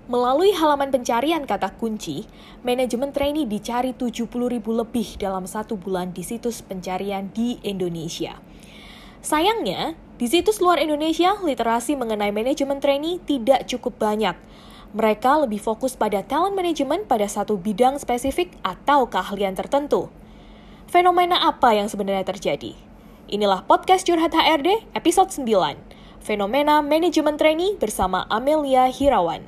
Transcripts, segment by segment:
Melalui halaman pencarian kata kunci, manajemen trainee dicari 70.000 lebih dalam 1 bulan di situs pencarian di Indonesia. Sayangnya, di situs luar Indonesia, literasi mengenai manajemen trainee tidak cukup banyak. Mereka lebih fokus pada talent management pada satu bidang spesifik atau keahlian tertentu. Fenomena apa yang sebenarnya terjadi? Inilah podcast Curhat HRD episode 9, Fenomena Manajemen Trainee bersama Amelia Hirawan.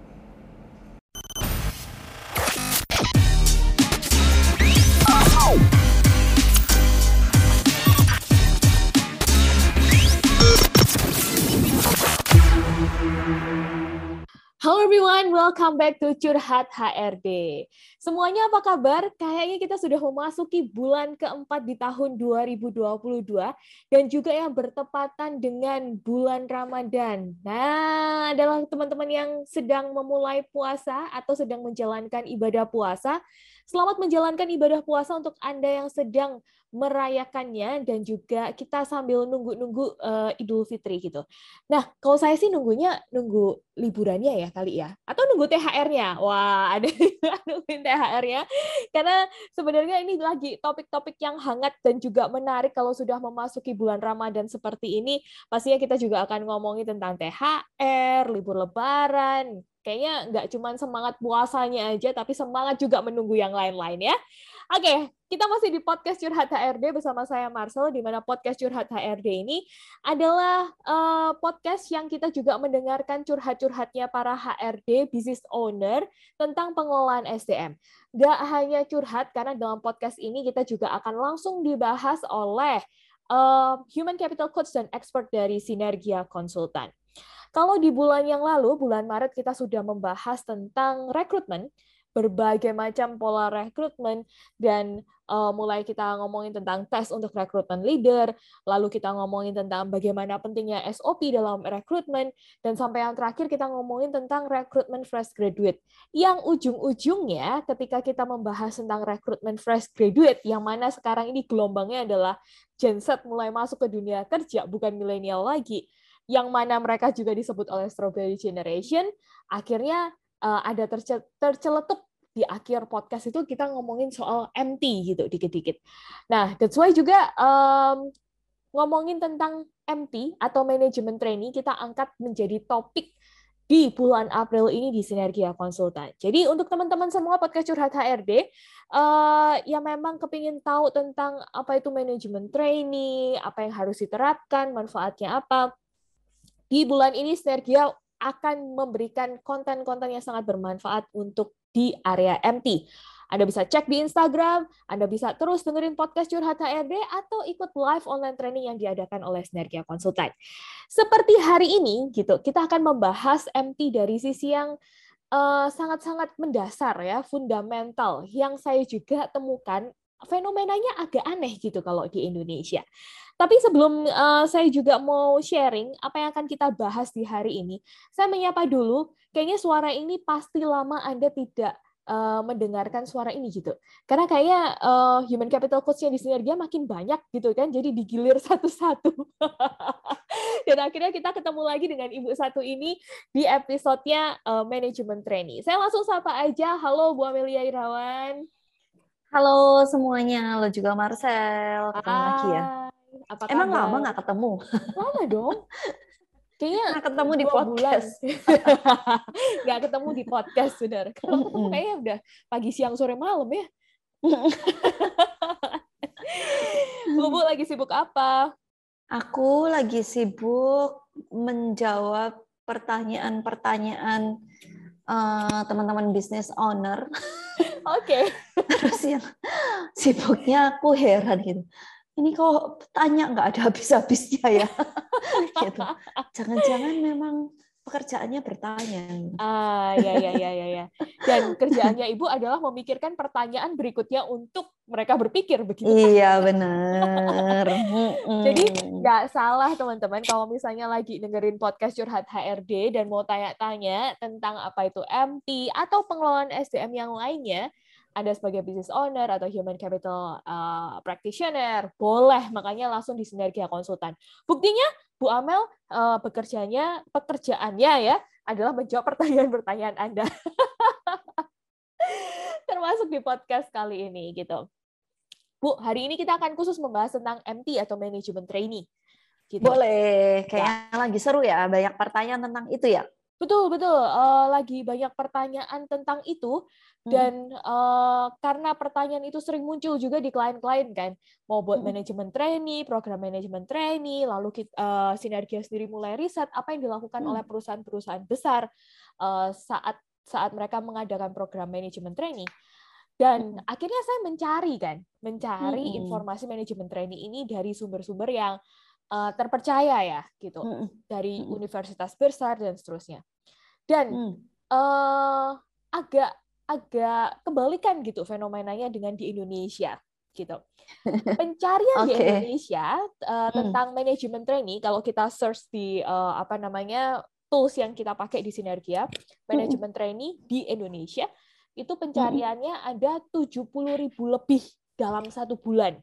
Halo everyone, welcome back to Curhat HRD. Semuanya apa kabar? Kayaknya kita sudah memasuki bulan keempat di tahun 2022 dan juga yang bertepatan dengan bulan Ramadan. Nah, adalah teman-teman yang sedang memulai puasa atau sedang menjalankan ibadah puasa. Selamat menjalankan ibadah puasa untuk Anda yang sedang merayakannya dan juga kita sambil nunggu-nunggu Idul Fitri gitu. Nah, kalau saya sih nunggu liburannya ya kali ya, atau nunggu THR-nya. Wah, ada yang nungguin THR-nya, karena sebenarnya ini lagi topik-topik yang hangat dan juga menarik kalau sudah memasuki bulan Ramadan seperti ini. Pastinya kita juga akan ngomongin tentang THR, libur Lebaran. Kayaknya nggak cuma semangat puasanya aja, tapi semangat juga menunggu yang lain-lain ya. Oke, kita masih di podcast Curhat HRD bersama saya Marcel, di mana podcast Curhat HRD ini adalah podcast yang kita juga mendengarkan curhat-curhatnya para HRD, business owner, tentang pengelolaan SDM. Gak hanya curhat, karena dalam podcast ini kita juga akan langsung dibahas oleh Human Capital Coach dan expert dari Sinergia Konsultan. Kalau di bulan yang lalu, bulan Maret, kita sudah membahas tentang rekrutmen, berbagai macam pola rekrutmen, dan mulai kita ngomongin tentang tes untuk rekrutmen leader, lalu kita ngomongin tentang bagaimana pentingnya SOP dalam rekrutmen, dan sampai yang terakhir kita ngomongin tentang rekrutmen fresh graduate. Yang ujung-ujungnya ketika kita membahas tentang rekrutmen fresh graduate, yang mana sekarang ini gelombangnya adalah Gen Z mulai masuk ke dunia kerja, bukan milenial lagi, yang mana mereka juga disebut oleh Strawberry Generation, akhirnya ada terceletup di akhir podcast itu kita ngomongin soal MT gitu dikit-dikit. Nah, that's why juga ngomongin tentang MT atau manajemen trainee kita angkat menjadi topik di bulan April ini di Sinergia Konsultan. Jadi untuk teman-teman semua podcast Curhat HRD yang memang kepingin tahu tentang apa itu manajemen trainee, apa yang harus diterapkan, manfaatnya apa, di bulan ini Sinergia akan memberikan konten-konten yang sangat bermanfaat untuk di area MT. Anda bisa cek di Instagram, Anda bisa terus dengerin podcast Curhat HRD, atau ikut live online training yang diadakan oleh Sinergia Konsultan. Seperti hari ini, gitu, kita akan membahas MT dari sisi yang sangat-sangat mendasar ya, fundamental, yang saya juga temukan fenomenanya agak aneh gitu kalau di Indonesia. Tapi sebelum saya juga mau sharing apa yang akan kita bahas di hari ini, saya menyapa dulu, kayaknya suara ini pasti lama Anda tidak mendengarkan suara ini gitu. Karena kayaknya human capital coach-nya di Sinergia makin banyak gitu kan, jadi digilir satu-satu. Dan akhirnya kita ketemu lagi dengan ibu satu ini di episode-nya Manajemen Trainee. Saya langsung sapa aja, halo Bu Amelia Irawan. Halo semuanya, halo juga Marcel, ketemu lagi ya. Apa Emang kabar? lama nggak ketemu? Lama dong. Kayaknya nggak ketemu di 2 bulan. podcast. Nggak ketemu di podcast, saudara. Kalau ketemu kayaknya udah pagi, siang, sore, malam ya. Bu lagi sibuk apa? Aku lagi sibuk menjawab pertanyaan-pertanyaan teman-teman business owner. Oke. Terus yang sibuknya aku heran gitu. Ini kok tanya nggak ada habis-habisnya ya? Gitu. Jangan-jangan memang pekerjaannya bertanya. Ya. Dan kerjaannya Ibu adalah memikirkan pertanyaan berikutnya untuk mereka berpikir begitu. Iya, benar. Jadi nggak salah teman-teman kalau misalnya lagi dengerin podcast Curhat HRD dan mau tanya-tanya tentang apa itu MT atau pengelolaan SDM yang lainnya, Anda sebagai business owner atau human capital practitioner, boleh, makanya langsung di Sinergia Konsultan. Buktinya Bu Amel pekerjaannya ya adalah menjawab pertanyaan-pertanyaan Anda. Termasuk di podcast kali ini gitu. Bu, hari ini kita akan khusus membahas tentang MT atau Management Trainee. Gitu. Boleh, kayaknya lagi seru ya, banyak pertanyaan tentang itu ya. Betul. Lagi banyak pertanyaan tentang itu, dan karena pertanyaan itu sering muncul juga di klien-klien kan, mau buat manajemen trainee, program manajemen trainee, lalu Sinergia sendiri mulai riset apa yang dilakukan oleh perusahaan-perusahaan besar saat mereka mengadakan program manajemen trainee. Dan akhirnya saya mencari informasi manajemen trainee ini dari sumber-sumber yang terpercaya ya, gitu, dari universitas besar dan seterusnya. Dan agak kebalikan gitu fenomenanya dengan di Indonesia, gitu. Pencarian di Indonesia tentang manajemen trainee, kalau kita search di tools yang kita pakai di Sinergia, manajemen trainee di Indonesia itu pencariannya ada 70.000 lebih dalam 1 bulan.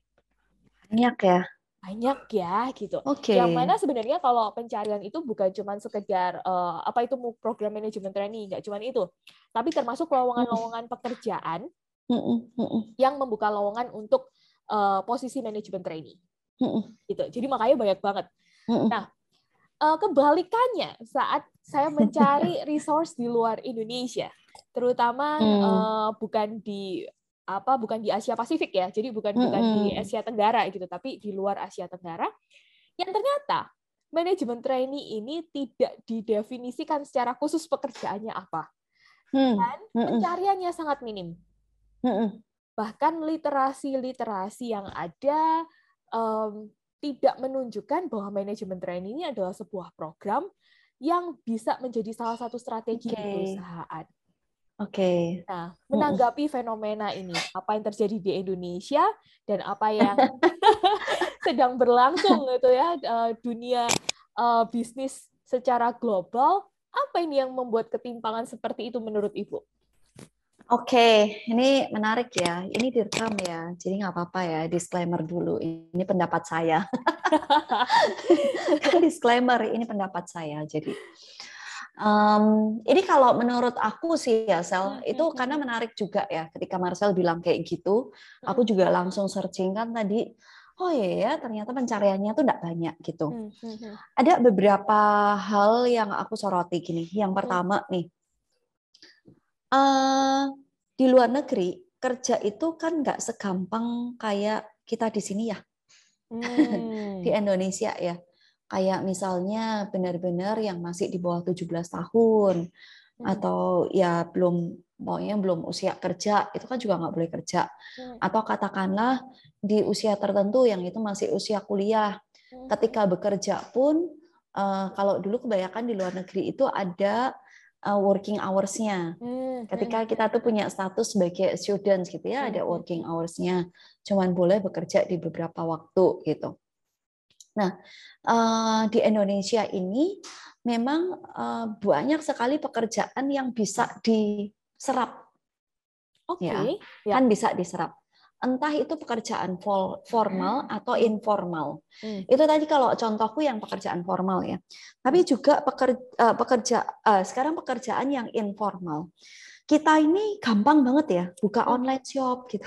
Banyak ya gitu. Yang mana sebenarnya kalau pencarian itu bukan cuma sekedar program manajemen training, nggak cuma itu, tapi termasuk lowongan-lowongan pekerjaan yang membuka lowongan untuk posisi manajemen trainee. Gitu. Jadi makanya banyak banget. Nah, kebalikannya saat saya mencari resource di luar Indonesia, terutama bukan di Asia Pasifik ya, jadi bukan di Asia Tenggara gitu, tapi di luar Asia Tenggara, yang ternyata manajemen trainee ini tidak didefinisikan secara khusus pekerjaannya apa, dan pencariannya sangat minim. Bahkan literasi yang ada tidak menunjukkan bahwa manajemen trainee ini adalah sebuah program yang bisa menjadi salah satu strategi di perusahaan. Nah, menanggapi fenomena ini, apa yang terjadi di Indonesia dan apa yang sedang berlangsung gitu ya, dunia bisnis secara global, apa ini yang membuat ketimpangan seperti itu menurut Ibu? Ini menarik ya. Ini direkam ya, jadi nggak apa-apa ya. Disclaimer dulu, ini pendapat saya. Disclaimer, ini pendapat saya. Jadi ini kalau menurut aku sih ya, Sel, itu karena menarik juga ya. Ketika Marcel bilang kayak gitu, aku juga langsung searching kan tadi. Oh iya, ternyata pencariannya tuh nggak banyak gitu. Ada beberapa hal yang aku soroti gini. Yang pertama nih, di luar negeri kerja itu kan nggak segampang kayak kita di sini ya. Di Indonesia ya. Kayak misalnya benar-benar yang masih di bawah 17 tahun atau ya belum usia kerja, itu kan juga nggak boleh kerja. Atau katakanlah di usia tertentu yang itu masih usia kuliah. Ketika bekerja pun kalau dulu kebanyakan di luar negeri itu ada working hours-nya. Ketika kita tuh punya status sebagai students gitu ya, ada working hours-nya. Cuman boleh bekerja di beberapa waktu gitu. Nah, di Indonesia ini memang banyak sekali pekerjaan yang bisa diserap. Kan bisa diserap. Entah itu pekerjaan formal atau informal. Itu tadi kalau contohku yang pekerjaan formal ya. Tapi juga sekarang pekerjaan yang informal. Kita ini gampang banget ya buka online shop gitu.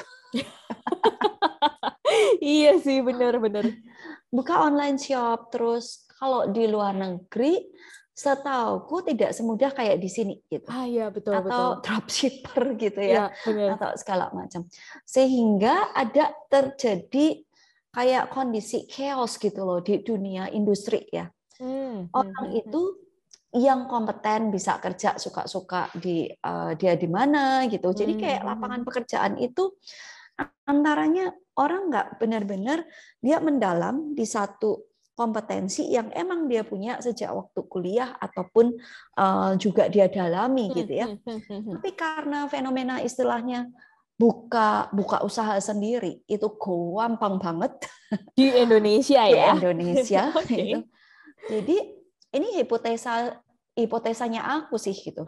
Iya sih, benar-benar. Buka online shop, terus kalau di luar negeri setauku tidak semudah kayak di sini gitu. Iya, betul, atau dropshipper gitu ya, atau segala macam. Sehingga ada terjadi kayak kondisi chaos gitu loh di dunia industri ya. Orang itu yang kompeten bisa kerja suka-suka dia di mana gitu. Jadi kayak lapangan pekerjaan itu antaranya orang nggak benar-benar dia mendalam di satu kompetensi yang emang dia punya sejak waktu kuliah ataupun juga dia dalami gitu ya. Tapi karena fenomena istilahnya buka usaha sendiri itu gampang banget di Indonesia di ya. Indonesia. Oke. Gitu. Jadi ini hipotesanya aku sih gitu.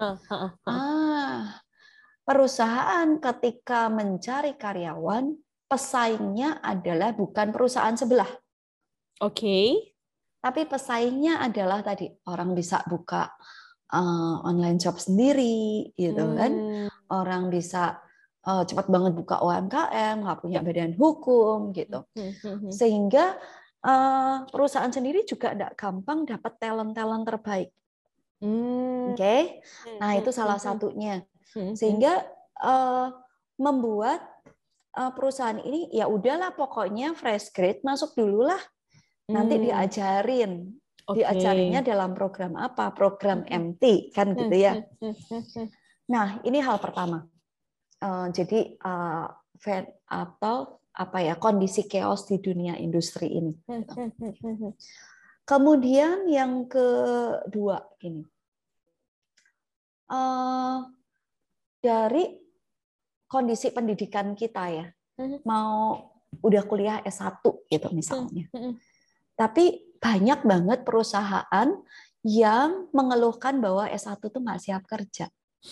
Perusahaan ketika mencari karyawan, pesaingnya adalah bukan perusahaan sebelah. Oke. Tapi pesaingnya adalah tadi orang bisa buka online shop sendiri, gitu kan? Orang bisa cepat banget buka UMKM, nggak punya badan hukum, gitu. Sehingga perusahaan sendiri juga tidak gampang dapat talent-talent terbaik. Oke, nah itu salah satunya. Sehingga membuat perusahaan ini ya udahlah pokoknya fresh grade masuk dulu lah. Nanti diajarinnya dalam program apa? Program MT kan gitu ya. Nah, ini hal pertama. Jadi kondisi chaos di dunia industri ini. Kemudian yang kedua ini. Dari kondisi pendidikan kita ya. Mau udah kuliah S1 gitu misalnya. Tapi banyak banget perusahaan yang mengeluhkan bahwa S1 tuh nggak siap kerja.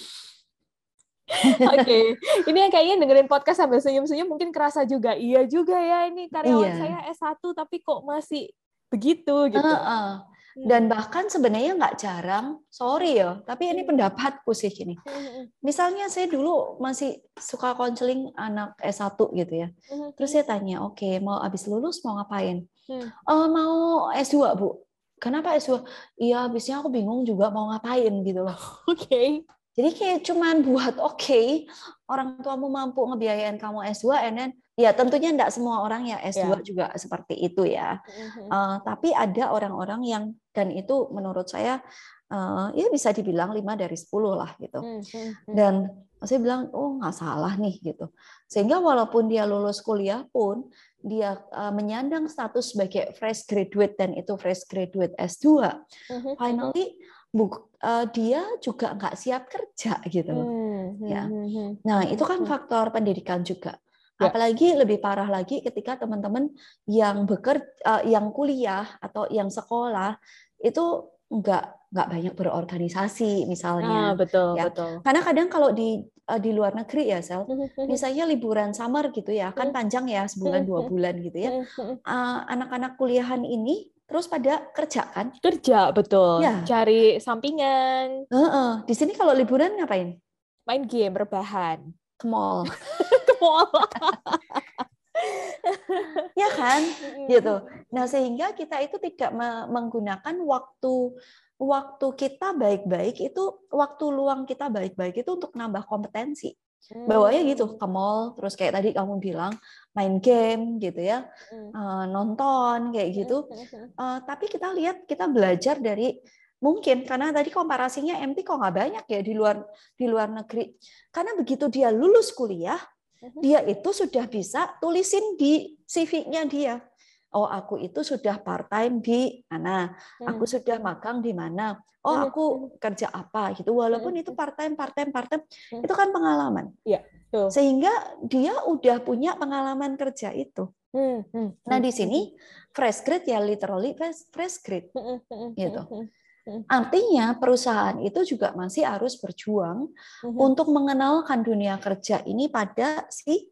Oke, ini yang kayaknya dengerin podcast sambil senyum-senyum mungkin kerasa juga. Iya juga ya, ini karyawan saya S1 tapi kok masih begitu gitu. Dan bahkan sebenarnya nggak jarang, sorry ya, tapi ini pendapatku sih gini. Misalnya saya dulu masih suka konseling anak S1 gitu ya. Terus saya tanya, oke, mau habis lulus mau ngapain? Mau S2, Bu. Kenapa S2? Iya, habisnya aku bingung juga mau ngapain gitu loh. Oke. Jadi kayak cuman buat orang tuamu mampu ngebiayain kamu S2, and then ya tentunya enggak semua orang ya S2 juga seperti itu ya. Tapi ada orang-orang yang, dan itu menurut saya ya bisa dibilang 5 dari 10 lah gitu. Dan saya bilang, oh nggak salah nih gitu. Sehingga walaupun dia lulus kuliah pun, dia menyandang status sebagai fresh graduate dan itu fresh graduate S2, finally dia juga nggak siap kerja gitu loh. Ya. Nah itu kan faktor pendidikan juga. Apalagi lebih parah lagi ketika teman-teman yang yang kuliah atau yang sekolah itu nggak banyak berorganisasi misalnya. Betul. Karena kadang kalau di luar negeri ya Sel, misalnya liburan summer gitu ya, kan panjang ya sebulan 2 bulan gitu ya. Anak-anak kuliahan ini terus pada kerja kan? Kerja, betul. Ya. Cari sampingan. Di sini kalau liburan ngapain? Main game, rebahan. Ke mall. Ke mall. Ya kan? Gitu. Nah, sehingga kita itu tidak menggunakan waktu kita baik-baik itu, waktu luang kita baik-baik itu untuk nambah kompetensi. Bawanya gitu, ke mall, terus kayak tadi kamu bilang, main game gitu ya, nonton kayak gitu. Tapi kita lihat, kita belajar dari, mungkin karena tadi komparasinya MT kok nggak banyak ya di luar negeri. Karena begitu dia lulus kuliah, dia itu sudah bisa tulisin di CV-nya dia. Oh, aku itu sudah part-time di mana? Aku sudah magang di mana? Oh, aku kerja apa gitu. Walaupun itu part-time, itu kan pengalaman. Iya, betul. Sehingga dia udah punya pengalaman kerja itu. Nah, di sini fresh grade ya literally fresh grade. Gitu. Artinya perusahaan itu juga masih harus berjuang untuk mengenalkan dunia kerja ini pada si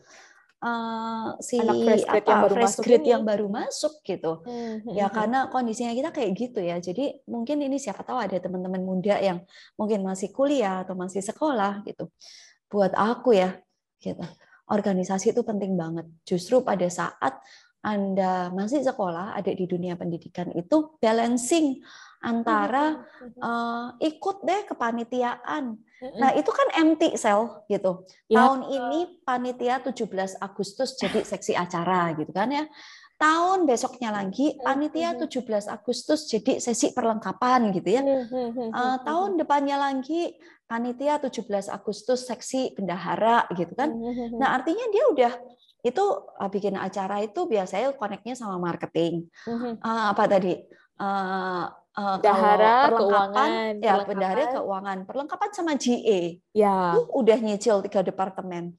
fresh grade yang baru masuk gitu. Ya karena kondisinya kita kayak gitu ya. Jadi mungkin ini siapa tahu ada teman-teman muda yang mungkin masih kuliah atau masih sekolah gitu. Buat aku ya gitu. Organisasi itu penting banget. Justru pada saat Anda masih sekolah, ada di dunia pendidikan itu balancing antara ikut deh kepanitiaan. Nah, itu kan MT Sel gitu. Tahun ini panitia 17 Agustus jadi seksi acara gitu kan ya. Tahun besoknya lagi panitia 17 Agustus jadi sesi perlengkapan gitu ya. Tahun depannya lagi panitia 17 Agustus seksi bendahara gitu kan. Nah, artinya dia udah itu bikin acara itu biasanya connect-nya sama marketing. Apa tadi? kalau Bendahara, perlengkapan, keuangan, ya bendahara keuangan, perlengkapan sama GA, ya. udah nyicil 3 departemen.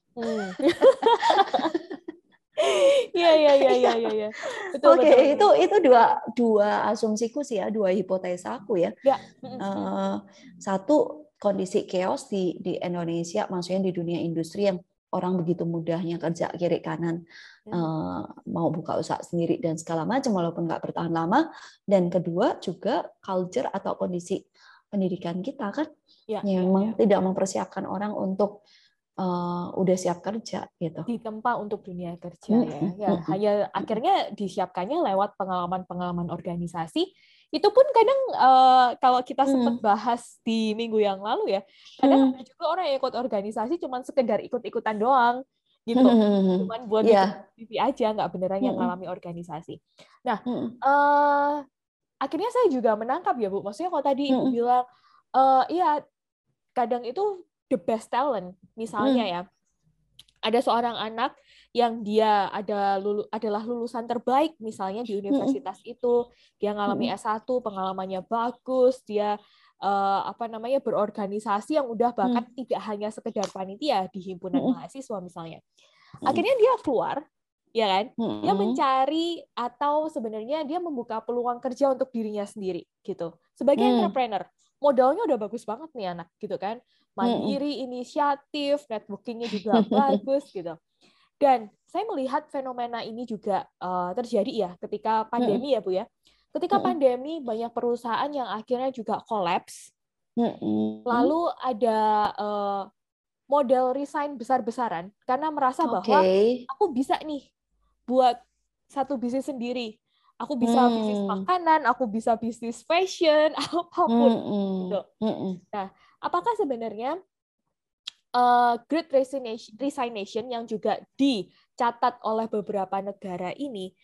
Iya. Betul, Oke, betul. itu dua asumsiku sih ya, 2 hipotesaku ya. Ya. Satu, kondisi chaos di Indonesia, maksudnya di dunia industri yang orang begitu mudahnya kerja kiri kanan, mau buka usaha sendiri dan segala macam walaupun nggak bertahan lama. Dan kedua juga culture atau kondisi pendidikan kita kan memang tidak mempersiapkan orang untuk udah siap kerja gitu. Ditempa untuk dunia kerja ya. Hanya akhirnya disiapkannya lewat pengalaman-pengalaman organisasi. Itu pun kadang kalau kita sempat bahas di minggu yang lalu ya, kadang ada juga orang yang ikut organisasi cuman sekedar ikut-ikutan doang gitu. Cuman buat bikin CV aja, nggak beneran yang ngalami organisasi. Nah, akhirnya saya juga menangkap ya Bu. Maksudnya kalau tadi Ibu bilang, iya kadang itu the best talent. Misalnya ya, ada seorang anak yang dia adalah lulusan terbaik misalnya di universitas itu, dia ngalami S1, pengalamannya bagus, dia berorganisasi yang udah bahkan tidak hanya sekedar panitia di himpunan mahasiswa misalnya. Akhirnya dia keluar, ya kan? Dia mencari atau sebenarnya dia membuka peluang kerja untuk dirinya sendiri gitu. Sebagai entrepreneur, modalnya udah bagus banget nih anak gitu kan. Mandiri, inisiatif, networking-nya juga bagus gitu. Dan saya melihat fenomena ini juga terjadi ya ketika pandemi ya Bu ya. Ketika pandemi banyak perusahaan yang akhirnya juga kolaps. Lalu ada model resign besar-besaran karena merasa bahwa aku bisa nih buat satu bisnis sendiri. Aku bisa bisnis makanan, aku bisa bisnis fashion, apapun gitu. Nah, apakah sebenarnya Great Resignation yang juga dicatat oleh beberapa negara ini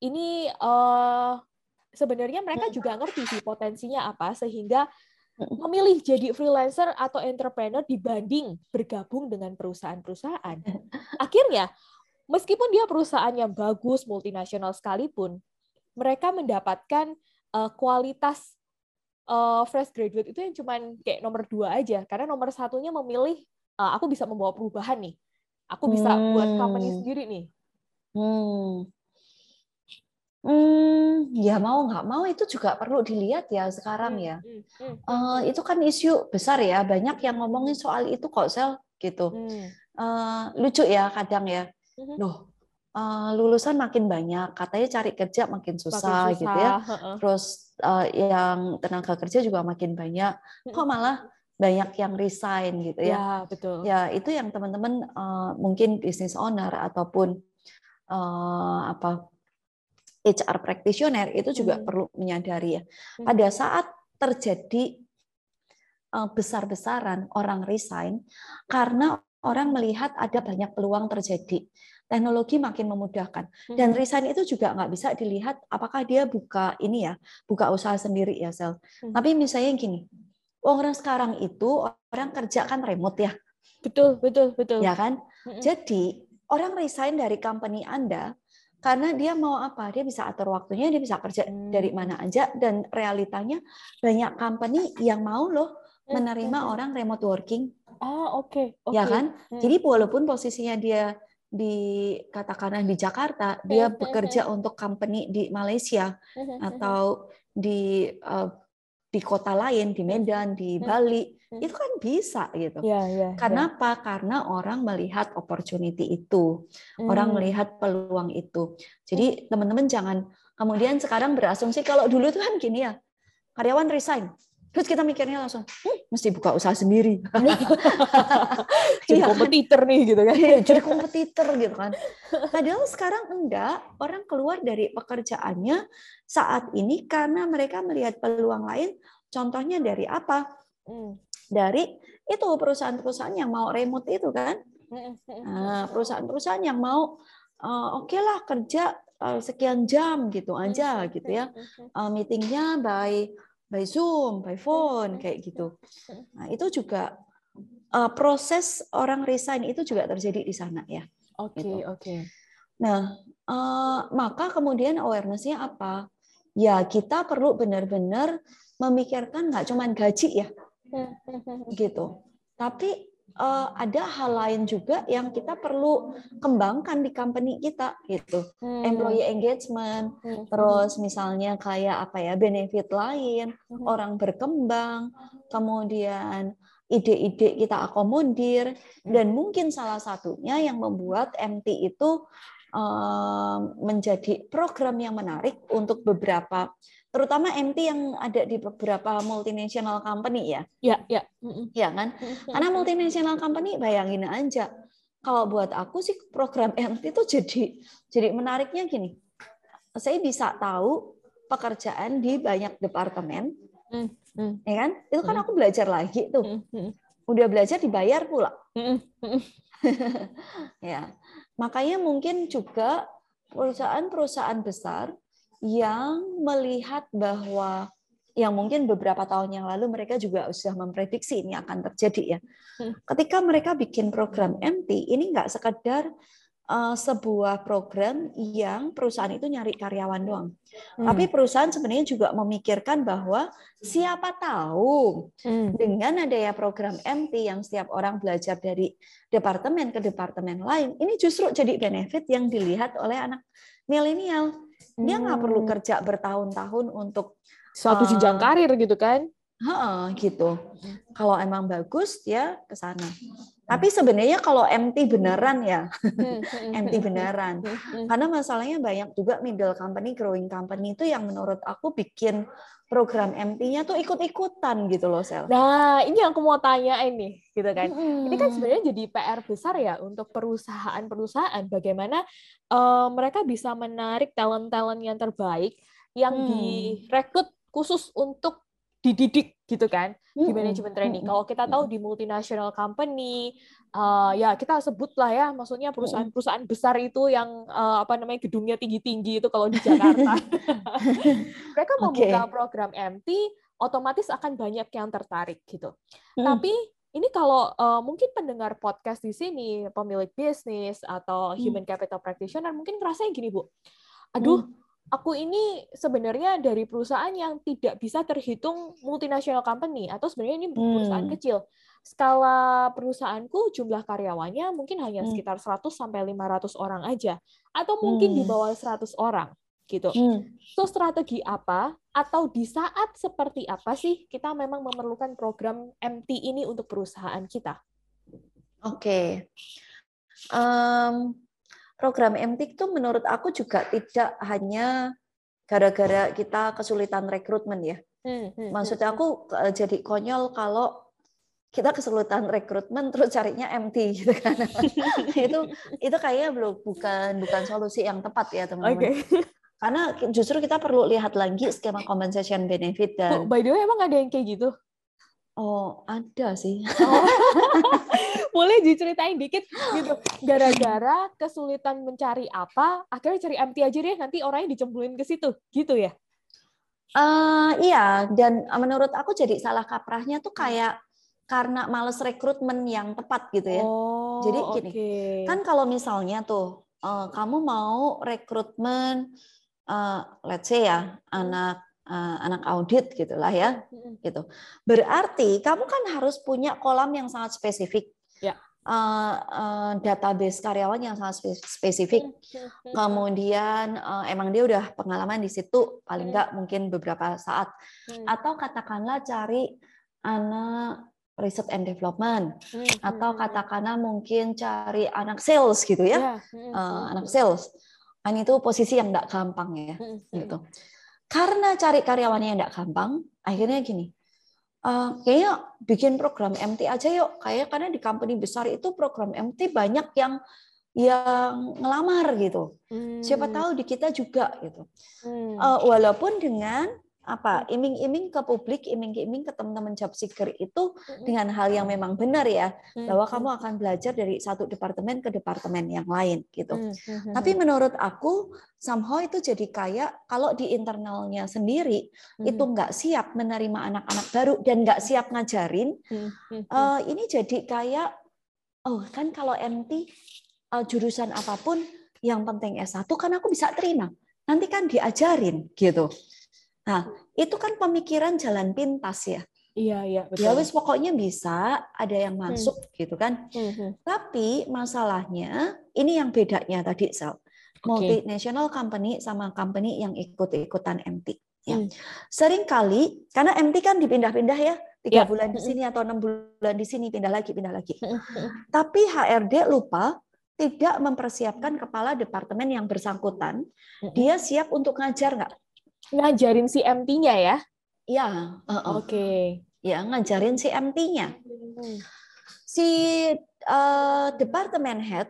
sebenarnya mereka juga ngerti sih potensinya apa sehingga memilih jadi freelancer atau entrepreneur dibanding bergabung dengan perusahaan-perusahaan. Akhirnya, meskipun dia perusahaan yang bagus, multinasional sekalipun, mereka mendapatkan kualitas fresh graduate itu yang cuma kayak nomor 2 aja. Karena nomor 1-nya memilih aku bisa membawa perubahan nih. Aku bisa buat company sendiri nih. Ya mau nggak mau itu juga perlu dilihat ya sekarang ya. Itu kan isu besar ya. Banyak yang ngomongin soal itu kok, Sel, gitu. Lucu ya kadang ya. Loh, lulusan makin banyak, katanya cari kerja makin susah gitu ya. Terus yang tenaga kerja juga makin banyak. Kok malah banyak yang resign gitu ya. Ya, betul. Ya, itu yang teman-teman mungkin business owner ataupun HR practitioner itu juga perlu menyadari ya. Pada saat terjadi besar-besaran orang resign karena orang melihat ada banyak peluang terjadi. Teknologi makin memudahkan. Dan resign itu juga nggak bisa dilihat apakah dia buka usaha sendiri ya, Sel. Tapi misalnya gini, orang sekarang itu orang kerja kan remote ya. Betul. Ya kan? Jadi orang resign dari company Anda karena dia mau apa? Dia bisa atur waktunya, dia bisa kerja dari mana aja, dan realitanya banyak company yang mau loh menerima orang remote working. Oke. Ya kan? Jadi walaupun posisinya dia katakanlah di Jakarta, dia bekerja untuk company di Malaysia atau di kota lain, di Medan, di Bali, itu kan bisa gitu. Kenapa? Karena orang melihat opportunity itu, orang melihat peluang itu. Jadi teman-teman jangan kemudian sekarang berasumsi kalau dulu itu kan gini ya, karyawan resign, terus kita mikirnya langsung, mesti buka usaha sendiri. Jadi kompetitor nih gitu kan. Jadi kompetitor gitu kan. Padahal sekarang enggak, orang keluar dari pekerjaannya saat ini karena mereka melihat peluang lain. Contohnya dari apa? Dari itu perusahaan-perusahaan yang mau remote itu kan. Perusahaan-perusahaan yang mau oke lah kerja sekian jam gitu aja gitu ya. Meetingnya by Zoom, by phone kayak gitu. Nah, itu juga proses orang resign itu juga terjadi di sana ya. Oke. Nah, maka kemudian awareness-nya apa? Ya, kita perlu benar-benar memikirkan nggak cuma gaji ya, gitu. Tapi ada hal lain juga yang kita perlu kembangkan di company kita, gitu. Employee engagement, terus misalnya kayak apa ya, benefit lain, orang berkembang, kemudian ide-ide kita akomodir, dan mungkin salah satunya yang membuat MT itu menjadi program yang menarik untuk beberapa, terutama MT yang ada di beberapa multinational company ya. Ya. Ya kan? Karena multinational company, bayangin aja. Kalau buat aku sih program MT itu jadi menariknya gini. Saya bisa tahu pekerjaan di banyak departemen, ya kan? Itu kan aku belajar lagi tuh. Udah belajar dibayar pula. Ya. Makanya mungkin juga perusahaan-perusahaan besar yang melihat bahwa yang mungkin beberapa tahun yang lalu mereka juga sudah memprediksi ini akan terjadi ya. Ketika mereka bikin program MT, ini nggak sekedar sebuah program yang perusahaan itu nyari karyawan doang. Tapi perusahaan sebenarnya juga memikirkan bahwa siapa tahu dengan adanya program MT yang setiap orang belajar dari departemen ke departemen lain, ini justru jadi benefit yang dilihat oleh anak milenial. Dia nggak perlu kerja bertahun-tahun untuk suatu jenjang karir gitu kan? Gitu. Kalau emang bagus ya ke sana. Tapi sebenarnya kalau MT beneran ya, MT beneran. Karena masalahnya banyak juga middle company, growing company itu yang menurut aku bikin program MT-nya tuh ikut-ikutan gitu loh, Sel. Nah, ini yang aku mau tanya ini, gitu kan. Ini kan sebenarnya jadi PR besar ya untuk perusahaan-perusahaan. Bagaimana mereka bisa menarik talent-talent yang terbaik yang direkrut khusus untuk dididik gitu kan di manajemen training. Kalau kita tahu di multinational company, ya kita sebutlah ya, maksudnya perusahaan-perusahaan besar itu yang gedungnya tinggi-tinggi itu kalau di Jakarta. Mereka membuka program MT, otomatis akan banyak yang tertarik gitu. Tapi ini kalau mungkin pendengar podcast di sini, pemilik bisnis atau human capital practitioner mungkin ngerasanya gini, Bu. Aduh, aku ini sebenarnya dari perusahaan yang tidak bisa terhitung multinational company, atau sebenarnya ini perusahaan kecil. Skala perusahaanku jumlah karyawannya mungkin hanya sekitar 100 sampai 500 orang aja, atau mungkin di bawah 100 orang gitu. So strategi apa atau di saat seperti apa sih kita memang memerlukan program MT ini untuk perusahaan kita? Program MT itu menurut aku juga tidak hanya gara-gara kita kesulitan rekrutmen ya. Maksudnya aku jadi konyol kalau kita kesulitan rekrutmen terus carinya MT gitu kan. itu kayaknya bukan solusi yang tepat ya, teman-teman. Karena justru kita perlu lihat lagi skema compensation benefit dan by the way, emang ada yang kayak gitu? Oh, ada sih. Boleh diceritain dikit gitu. Gara-gara kesulitan mencari apa, akhirnya cari MT aja deh, nanti orangnya dicemplungin ke situ. Gitu ya? Iya, dan menurut aku jadi salah kaprahnya tuh kayak karena males rekrutmen yang tepat gitu ya. Jadi gini, kan kalau misalnya tuh kamu mau rekrutmen, let's say ya, anak audit gitulah ya, gitu. Berarti kamu kan harus punya kolam yang sangat spesifik, database karyawan yang sangat spesifik. Kemudian emang dia udah pengalaman di situ paling nggak mungkin beberapa saat, atau katakanlah cari anak research and development, atau katakanlah mungkin cari anak sales gitu ya, anak sales. Kan itu posisi yang nggak gampang ya, gitu. Karena cari karyawannya yang nggak gampang, akhirnya gini, kayaknya bikin program MT aja yuk. Karena di company besar itu program MT banyak yang ngelamar gitu. Siapa tahu di kita juga gitu. Walaupun dengan iming-iming ke publik, iming-iming ke teman-teman job seeker itu dengan hal yang memang benar ya, bahwa kamu akan belajar dari satu departemen ke departemen yang lain gitu. Tapi menurut aku somehow itu jadi kayak kalau di internalnya sendiri itu nggak siap menerima anak-anak baru dan nggak siap ngajarin, ini jadi kayak kan kalau MT jurusan apapun yang penting S1 kan aku bisa terima. Nanti kan diajarin gitu. Nah, itu kan pemikiran jalan pintas ya. Iya, betul. Ya wis pokoknya bisa, ada yang masuk gitu kan. Tapi masalahnya ini yang bedanya tadi Sel. Multinational company sama company yang ikut-ikutan MT. Ya. Seringkali karena MT kan dipindah-pindah ya, 3 bulan di sini atau 6 bulan di sini, pindah lagi. Tapi HRD lupa tidak mempersiapkan kepala departemen yang bersangkutan. Dia siap untuk ngajar nggak? Ngajarin si MT-nya ya? Iya. Oke. Ya, ngajarin si MT-nya. Si departemen head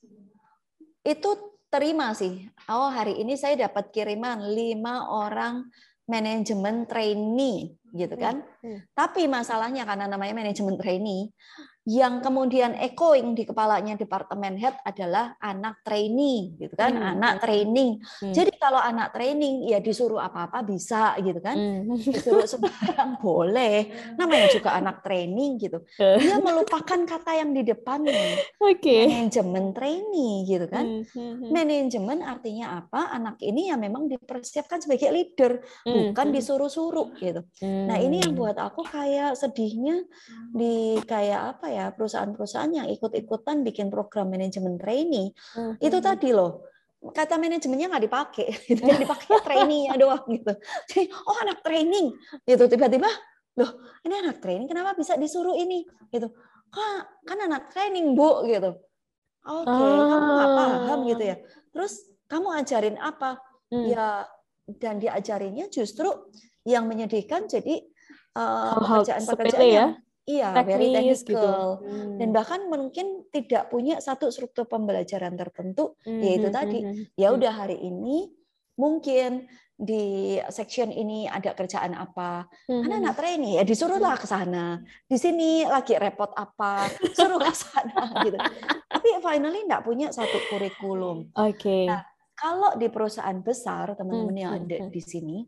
itu terima sih. Oh, hari ini saya dapat kiriman 5 orang manajemen trainee gitu kan. Tapi masalahnya karena namanya manajemen trainee, yang kemudian echoing di kepalanya departemen head adalah anak trainee gitu kan, anak training. Jadi kalau anak training ya disuruh apa-apa bisa gitu kan. Disuruh sembarang boleh. Namanya juga anak training gitu. Dia melupakan kata yang di depannya. Manajemen trainee gitu kan. Manajemen artinya apa? Anak ini ya memang dipersiapkan sebagai leader, bukan disuruh-suruh gitu. Nah, ini yang buat aku kayak sedihnya di kayak apa ya, perusahaan-perusahaan yang ikut-ikutan bikin program manajemen trainee. Itu tadi loh, kata manajemennya nggak dipakai, gitu. Yang dipakai trainee-nya doang gitu. Jadi, oh anak training, gitu. Tiba-tiba, loh ini anak training, kenapa bisa disuruh ini? Gitu. Kan anak training Bu, gitu. Oke, kamu nggak paham gitu ya. Terus kamu ajarin apa? Ya, dan diajarinnya justru yang menyedihkan jadi pekerjaan-pekerjaan yang very technical gitu. Dan bahkan mungkin tidak punya satu struktur pembelajaran tertentu, yaitu tadi ya udah hari ini mungkin di section ini ada kerjaan apa, karena anak trainee ya disuruhlah ke sana, di sini lagi repot apa, suruh ke sana gitu. Tapi finally nggak punya satu kurikulum. Nah, kalau di perusahaan besar, teman-teman yang ada di sini,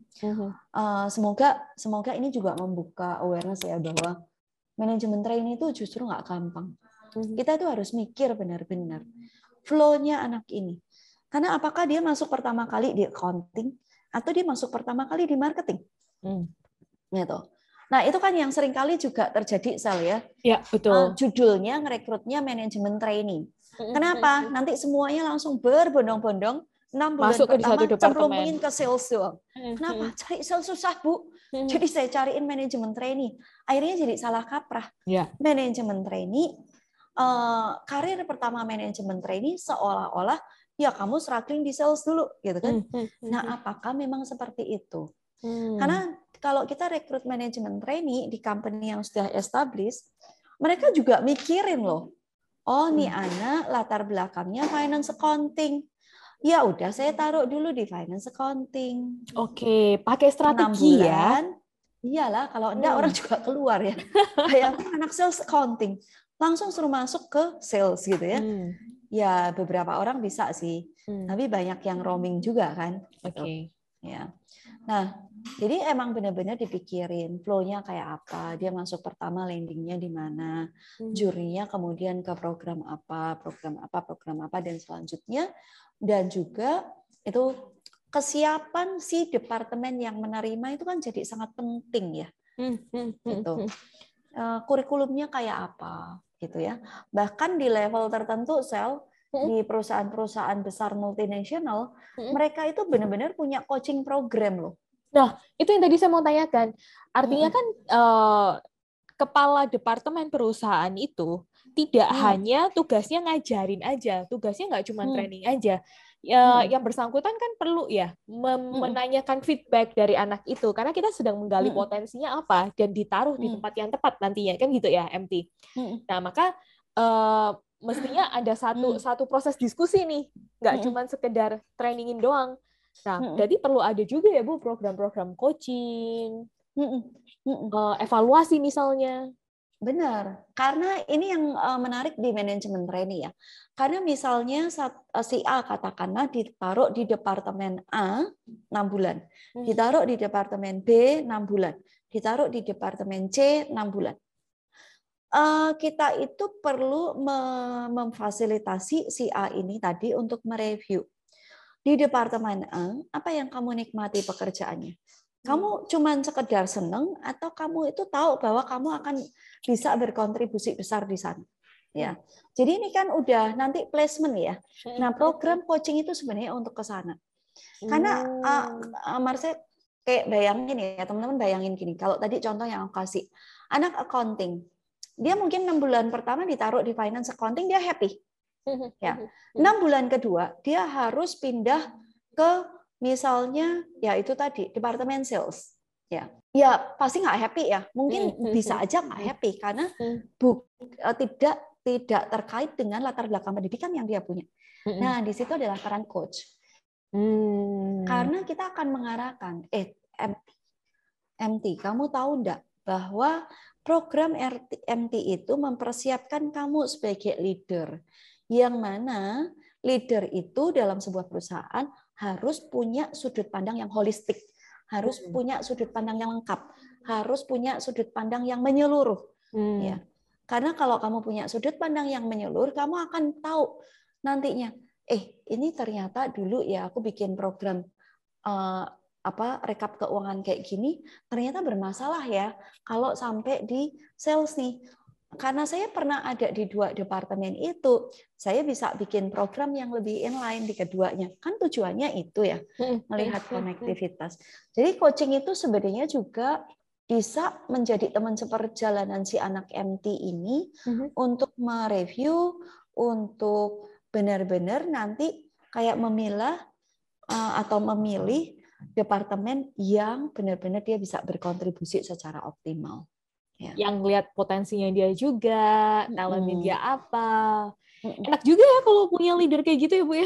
semoga ini juga membuka awareness ya bahwa manajemen trainee itu justru nggak gampang. Kita tuh harus mikir benar-benar flow-nya anak ini. Karena apakah dia masuk pertama kali di accounting atau dia masuk pertama kali di marketing? Gitu. Nah, itu kan yang sering kali juga terjadi, Sel ya. Ya, betul. Judulnya ngerekrutnya manajemen trainee. Kenapa? Nanti semuanya langsung berbondong-bondong 6 bulan masuk pertama ke cemplungin ke sales doang. Kenapa? Cari sales susah, Bu. Jadi saya cariin manajemen trainee. Akhirnya jadi salah kaprah. Manajemen trainee, karir pertama manajemen trainee seolah-olah ya kamu struggling di sales dulu gitu kan. Nah, apakah memang seperti itu? Karena kalau kita rekrut manajemen trainee di company yang sudah established, mereka juga mikirin loh. Oh, nih anak latar belakangnya finance accounting. Ya udah saya taruh dulu di finance accounting. Oke, pakai strategi 6 bulan, ya. Iyalah, kalau enggak orang juga keluar ya. Kayak anak sales accounting, langsung suruh masuk ke sales gitu ya. Ya beberapa orang bisa sih, tapi banyak yang roaming juga kan. Gitu. Ya. Nah, jadi emang benar-benar dipikirin flow-nya kayak apa, dia masuk pertama landing-nya di mana, jurinya kemudian ke program apa, dan selanjutnya, dan juga itu kesiapan si departemen yang menerima itu kan jadi sangat penting ya. Gitu. Kurikulumnya kayak apa gitu ya. Bahkan di level tertentu Sel, di perusahaan-perusahaan besar multinasional, mereka itu benar-benar punya coaching program loh. Nah, itu yang tadi saya mau tanyakan. Artinya kan kepala departemen perusahaan itu tidak hanya tugasnya ngajarin aja, tugasnya nggak cuma training aja. Yang bersangkutan kan perlu ya menanyakan feedback dari anak itu, karena kita sedang menggali potensinya apa dan ditaruh di tempat yang tepat nantinya, kan gitu ya, MT. Nah, maka mestinya ada satu proses diskusi nih, nggak cuma sekedar trainingin doang. Nah, jadi perlu ada juga ya Bu program-program coaching, evaluasi misalnya. Benar, karena ini yang menarik di manajemen trainee ya. Karena misalnya si A katakanlah ditaruh di departemen A 6 bulan, ditaruh di departemen B 6 bulan, ditaruh di departemen C 6 bulan. Kita itu perlu memfasilitasi si A ini tadi untuk mereview. Di departemen A, apa yang kamu nikmati pekerjaannya? Kamu cuman sekedar seneng atau kamu itu tahu bahwa kamu akan bisa berkontribusi besar di sana. Ya. Jadi ini kan udah nanti placement ya. Nah, program coaching itu sebenarnya untuk ke sana. Karena Marcel kayak bayangin ya, teman-teman bayangin gini. Kalau tadi contoh yang aku kasih, anak accounting, dia mungkin 6 bulan pertama ditaruh di finance accounting, dia happy. Ya. 6 bulan kedua, dia harus pindah ke misalnya ya itu tadi departemen sales, ya pasti nggak happy ya, mungkin bisa aja nggak happy karena tidak terkait dengan latar belakang pendidikan yang dia punya. Nah di situ adalah peran coach, karena kita akan mengarahkan MT, kamu tahu nggak bahwa program MT itu mempersiapkan kamu sebagai leader, yang mana leader itu dalam sebuah perusahaan harus punya sudut pandang yang holistik, harus punya sudut pandang yang lengkap, harus punya sudut pandang yang menyeluruh. Ya. Karena kalau kamu punya sudut pandang yang menyeluruh, kamu akan tahu nantinya, ini ternyata dulu ya aku bikin program rekap keuangan kayak gini, ternyata bermasalah ya kalau sampai di sales nih. Karena saya pernah ada di 2 departemen itu, saya bisa bikin program yang lebih inline di keduanya. Kan tujuannya itu ya, melihat konektivitas. Jadi coaching itu sebenarnya juga bisa menjadi teman seperjalanan si anak MT ini untuk mereview, untuk benar-benar nanti kayak memilah atau memilih departemen yang benar-benar dia bisa berkontribusi secara optimal. Yang lihat potensinya dia juga, talentnya dia apa. Enak juga ya kalau punya leader kayak gitu ya Bu ya,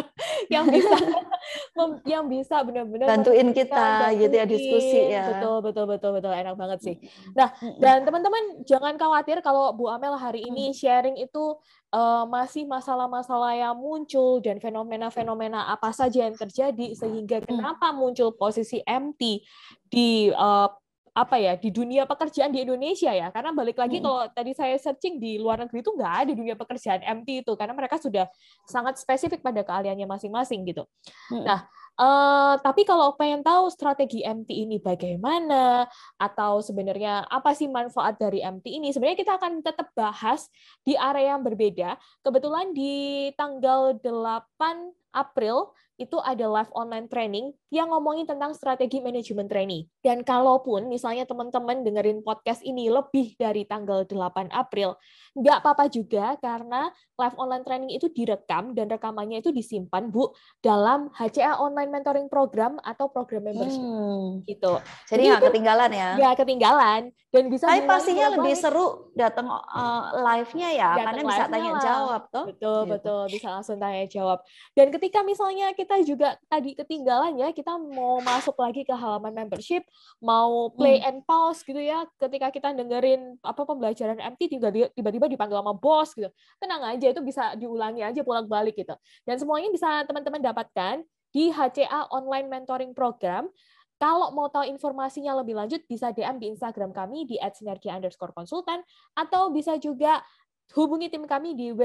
yang bisa benar-benar bantuin kita gitu ya, diskusi ya. Betul, enak banget sih. Nah, dan teman-teman jangan khawatir kalau Bu Amel hari ini sharing itu masih masalah-masalah yang muncul dan fenomena-fenomena apa saja yang terjadi sehingga kenapa muncul posisi MT di di dunia pekerjaan di Indonesia ya, karena balik lagi kalau tadi saya searching di luar negeri itu nggak ada dunia pekerjaan MT itu karena mereka sudah sangat spesifik pada keahliannya masing-masing gitu. Nah, tapi kalau pengen tahu strategi MT ini bagaimana atau sebenarnya apa sih manfaat dari MT ini, sebenarnya kita akan tetap bahas di area yang berbeda. Kebetulan di tanggal 8 April itu ada live online training yang ngomongin tentang strategi manajemen training. Dan kalaupun misalnya teman-teman dengerin podcast ini lebih dari tanggal 8 April, nggak apa-apa juga karena live online training itu direkam dan rekamannya itu disimpan, Bu, dalam HCA Online Mentoring Program atau program membership. Gitu. Jadi nggak ketinggalan ya? Nggak ketinggalan. Dan bisa tapi pastinya lebih seru datang live-nya ya, karena bisa tanya jawab toh. Betul, bisa langsung tanya jawab. Dan ketika misalnya kita juga tadi ketinggalan ya, kita mau masuk lagi ke halaman membership, mau play and pause gitu ya, ketika kita dengerin pembelajaran MT tiba-tiba dipanggil sama bos gitu. Tenang aja, itu bisa diulangi aja bolak-balik gitu. Dan semuanya bisa teman-teman dapatkan di HCA Online Mentoring Program. Kalau mau tahu informasinya lebih lanjut, bisa DM di Instagram kami di @sinergia_konsultan atau bisa juga hubungi tim kami di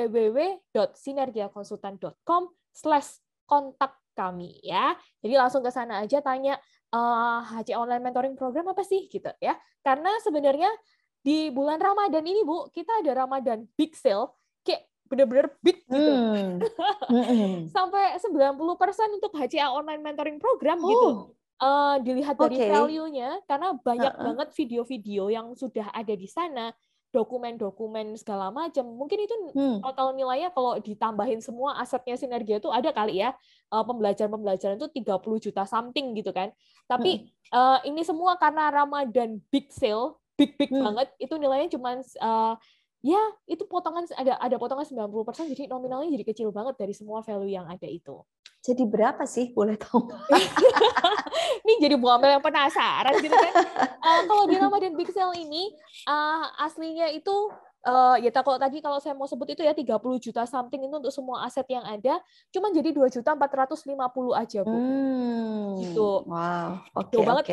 www.sinergiakonsultan.com/kontak kami ya. Jadi langsung ke sana aja tanya HC Online Mentoring Program apa sih gitu ya. Karena sebenarnya di bulan Ramadan ini Bu, kita ada Ramadan Big Sale kayak bener-bener big gitu. Sampai 90% untuk HCA Online Mentoring Program gitu. Dilihat dari value-nya, karena banyak banget video-video yang sudah ada di sana, dokumen-dokumen segala macam. Mungkin itu total nilainya kalau ditambahin semua asetnya Sinergia itu ada kali ya, pembelajaran-pembelajaran itu 30 juta something gitu kan. Tapi ini semua karena Ramadan big sale, big banget, itu nilainya cuma ya itu potongan ada potongan 90%, jadi nominalnya jadi kecil banget dari semua value yang ada itu. Jadi berapa sih, boleh tahu? Ini jadi Bu Amel yang penasaran gitu kan. Kalau di Ramadan Big Sale ini aslinya itu kalau saya mau sebut itu ya 30 juta something itu untuk semua aset yang ada, cuman jadi 2.450.000 aja Bu. Gitu. Wow, Jauh banget kan?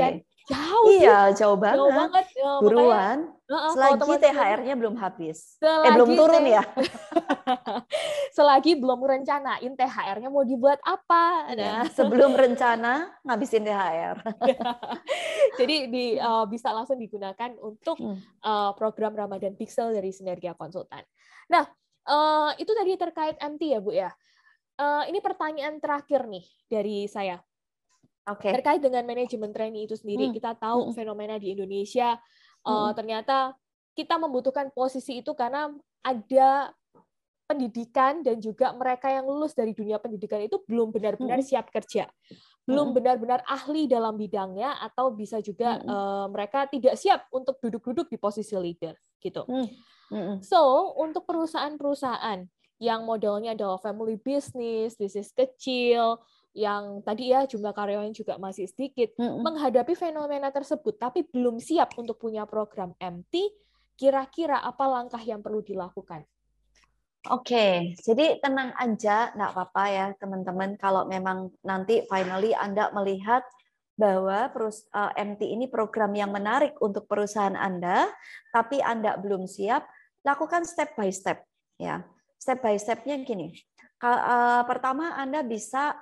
Jauh sih. Iya, jauh Jauh banget. banget. Ya, makanya Buruan. kalau Selagi teman-teman THR-nya belum habis. Belum selagi turun ya. selagi belum rencanain THR-nya mau dibuat apa. Iya, Nah, sebelum rencana ngabisin THR. jadi bisa langsung digunakan untuk program Ramadan Pixel dari Sinergia Konsultan. Nah, itu tadi terkait MT ya, Bu ya. Ini pertanyaan terakhir nih dari saya. Oke. Terkait dengan manajemen training itu sendiri, kita tahu fenomena di Indonesia ternyata kita membutuhkan posisi itu karena ada pendidikan dan juga mereka yang lulus dari dunia pendidikan itu belum benar-benar siap kerja, belum benar-benar ahli dalam bidangnya, atau bisa juga mereka tidak siap untuk duduk-duduk di posisi leader gitu. So untuk perusahaan-perusahaan yang modelnya adalah family business, bisnis kecil, yang tadi ya jumlah karyawan juga masih sedikit, menghadapi fenomena tersebut tapi belum siap untuk punya program MT, kira-kira apa langkah yang perlu dilakukan? Oke, jadi tenang aja, nggak apa-apa ya teman-teman. Kalau memang nanti finally Anda melihat bahwa MT ini program yang menarik untuk perusahaan Anda, tapi Anda belum siap, lakukan step by step. Ya, step by stepnya gini. Pertama Anda bisa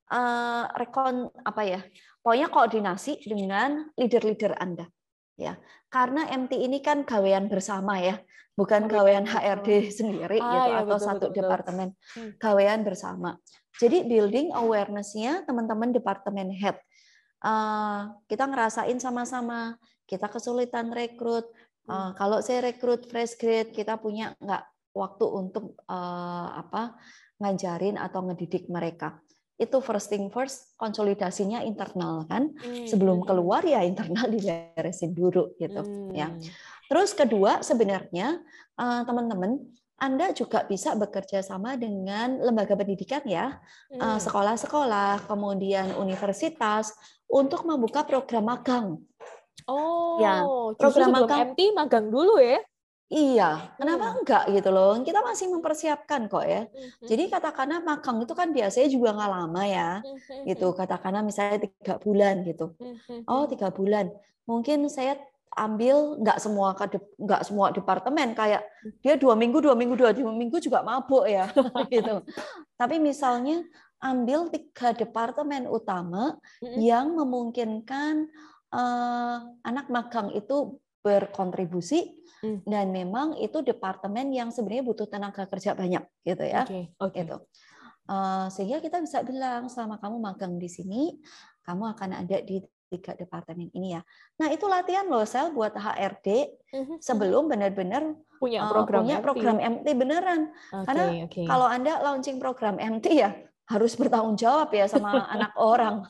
pokoknya koordinasi dengan leader-leader Anda. Ya, karena MT ini kan gawean bersama ya, bukan gawean HRD sendiri gitu ya, atau satu departemen, gawean bersama. Jadi building awareness-nya teman-teman departemen head. Kita ngerasain sama-sama, kita kesulitan rekrut. Kalau saya rekrut fresh grade, kita punya nggak waktu untuk ngajarin atau ngedidik mereka. Itu first thing first, konsolidasinya internal kan. Sebelum keluar ya internal diberesin dulu gitu ya. Terus kedua sebenarnya teman-teman, Anda juga bisa bekerja sama dengan lembaga pendidikan ya, sekolah-sekolah, kemudian universitas untuk membuka program magang. Oh, ya, program magang MT magang dulu ya? Iya, kenapa enggak gitu loh? Kita masih mempersiapkan kok ya. Jadi katakanlah magang itu kan biasanya juga nggak lama ya, gitu. Katakanlah misalnya 3 bulan gitu. Oh 3 bulan. Mungkin saya ambil nggak semua departemen, kayak dia 2 minggu juga mabuk ya, gitu. Tapi misalnya ambil 3 departemen utama yang memungkinkan anak magang itu berkontribusi, dan memang itu departemen yang sebenarnya butuh tenaga kerja banyak gitu ya. Gitu. Sehingga kita bisa bilang selama kamu magang di sini, kamu akan ada di 3 departemen ini ya. Nah itu latihan loh Sel buat HRD sebelum benar-benar punya program MT beneran. Karena kalau Anda launching program MT ya harus bertanggung jawab ya sama anak orang.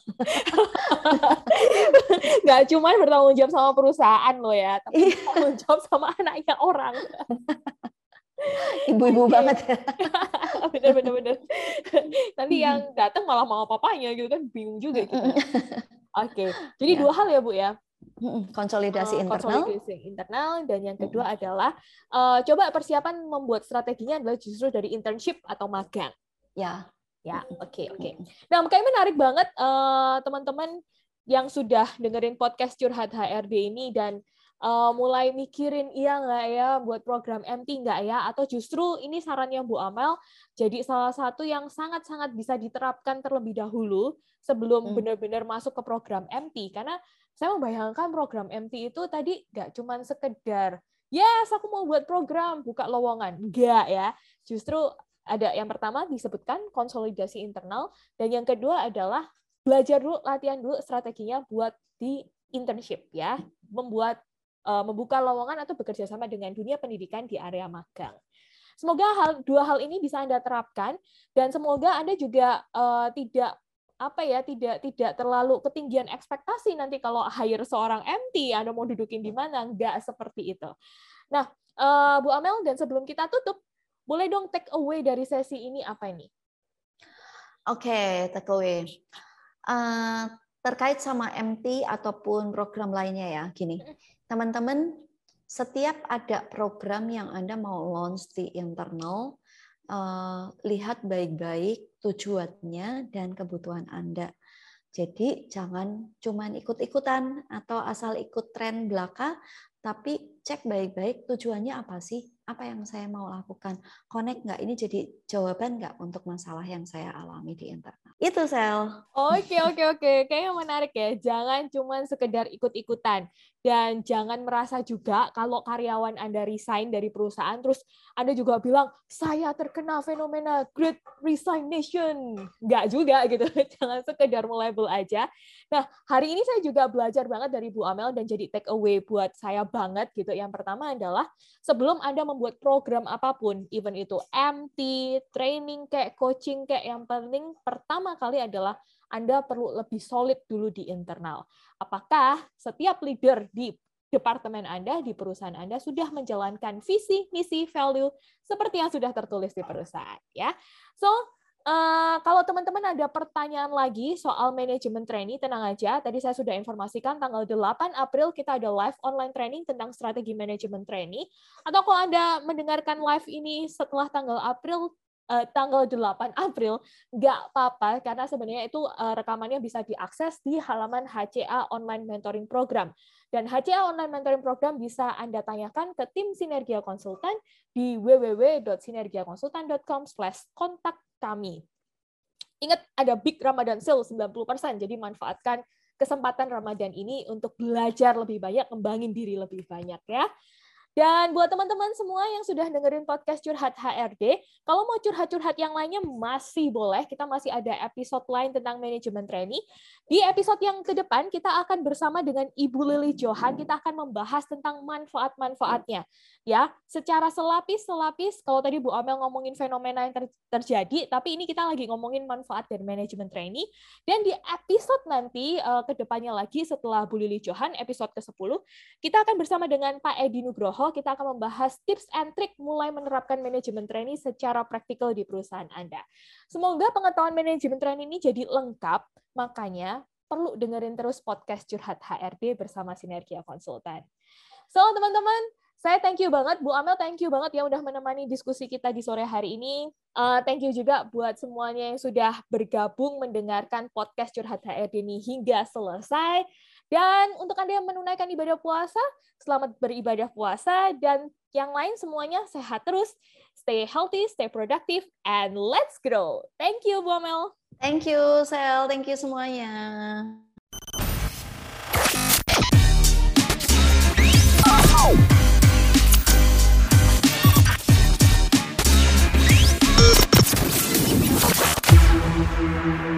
Nggak cuma bertanggung jawab sama perusahaan loh ya, tapi bertanggung jawab sama anaknya orang. Ibu-ibu banget ya. Bener. Nanti yang datang malah mau papanya gitu kan, bingung juga kita. Jadi 2 hal ya Bu ya. Konsolidasi internal, dan yang kedua adalah coba persiapan membuat strateginya adalah justru dari internship atau magang. Oke. Nah, makanya menarik banget teman-teman yang sudah dengerin podcast Curhat HRD ini dan mulai mikirin iya nggak ya buat program MT nggak ya, atau justru ini sarannya Bu Amel jadi salah satu yang sangat-sangat bisa diterapkan terlebih dahulu sebelum benar-benar masuk ke program MT. Karena saya membayangkan program MT itu tadi nggak cuma sekedar yes aku mau buat program buka lowongan, enggak ya, justru ada yang pertama disebutkan konsolidasi internal, dan yang kedua adalah belajar dulu, latihan dulu strateginya buat di internship ya, membuka lowongan atau bekerja sama dengan dunia pendidikan di area magang. Semoga 2 hal ini bisa Anda terapkan, dan semoga Anda juga tidak terlalu ketinggian ekspektasi nanti kalau hire seorang MT, Anda mau dudukin di mana, enggak seperti itu. Nah, Bu Amel, dan sebelum kita tutup, boleh dong take away dari sesi ini apa ini? Oke, take away. Terkait sama MT ataupun program lainnya ya, gini. Teman-teman, setiap ada program yang Anda mau launch di internal, lihat baik-baik tujuannya dan kebutuhan Anda. Jadi jangan cuman ikut-ikutan atau asal ikut tren belaka, tapi cek baik-baik tujuannya apa sih? Apa yang saya mau lakukan? Connect nggak? Ini jadi jawaban nggak untuk masalah yang saya alami di internal? Itu, Sel. Oke. Kayaknya menarik ya. Jangan cuma sekedar ikut-ikutan. Dan jangan merasa juga kalau karyawan Anda resign dari perusahaan, terus Anda juga bilang, saya terkena fenomena Great Resignation. Nggak juga gitu. Jangan sekedar melabel aja. Nah, hari ini saya juga belajar banget dari Bu Amel dan jadi take away buat saya banget gitu. Yang pertama adalah sebelum Anda membuat program apapun, even itu MT, training kayak coaching kayak, yang penting pertama kali adalah Anda perlu lebih solid dulu di internal. Apakah setiap leader di departemen Anda, di perusahaan Anda sudah menjalankan visi, misi, value seperti yang sudah tertulis di perusahaan, ya. So, kalau teman-teman ada pertanyaan lagi soal manajemen training, tenang aja. Tadi saya sudah informasikan tanggal 8 April kita ada live online training tentang strategi manajemen training. Atau kalau Anda mendengarkan live ini setelah tanggal 8 April, nggak apa-apa, karena sebenarnya itu rekamannya bisa diakses di halaman HCA Online Mentoring Program. Dan HCA Online Mentoring Program bisa Anda tanyakan ke tim Sinergia Konsultan di www.sinergiakonsultan.com/kontak kami. Ingat, ada Big Ramadan Sale 90%, jadi manfaatkan kesempatan Ramadan ini untuk belajar lebih banyak, kembangin diri lebih banyak ya. Dan buat teman-teman semua yang sudah dengerin podcast Curhat HRD, kalau mau curhat-curhat yang lainnya masih boleh, kita masih ada episode lain tentang manajemen training. Di episode yang ke depan, kita akan bersama dengan Ibu Lily Johan, kita akan membahas tentang manfaat-manfaatnya. Ya, secara selapis-selapis, kalau tadi Bu Amel ngomongin fenomena yang terjadi, tapi ini kita lagi ngomongin manfaat dari manajemen training. Dan di episode nanti, ke depannya lagi setelah Bu Lily Johan, episode ke-10, kita akan bersama dengan Pak Edi Nugroho, kita akan membahas tips and trik mulai menerapkan manajemen training secara praktikal di perusahaan Anda. Semoga pengetahuan manajemen training ini jadi lengkap, makanya perlu dengerin terus podcast Curhat HRD bersama Sinergia Konsultan. So, teman-teman, saya thank you banget, Bu Amel, thank you banget ya udah menemani diskusi kita di sore hari ini. Thank you juga buat semuanya yang sudah bergabung mendengarkan podcast Curhat HRD ini hingga selesai. Dan untuk Anda yang menunaikan ibadah puasa, selamat beribadah puasa, dan yang lain semuanya sehat terus, stay healthy, stay productive, and let's grow. Thank you, Bu Amel. Thank you, Sel. Thank you semuanya. Thank you.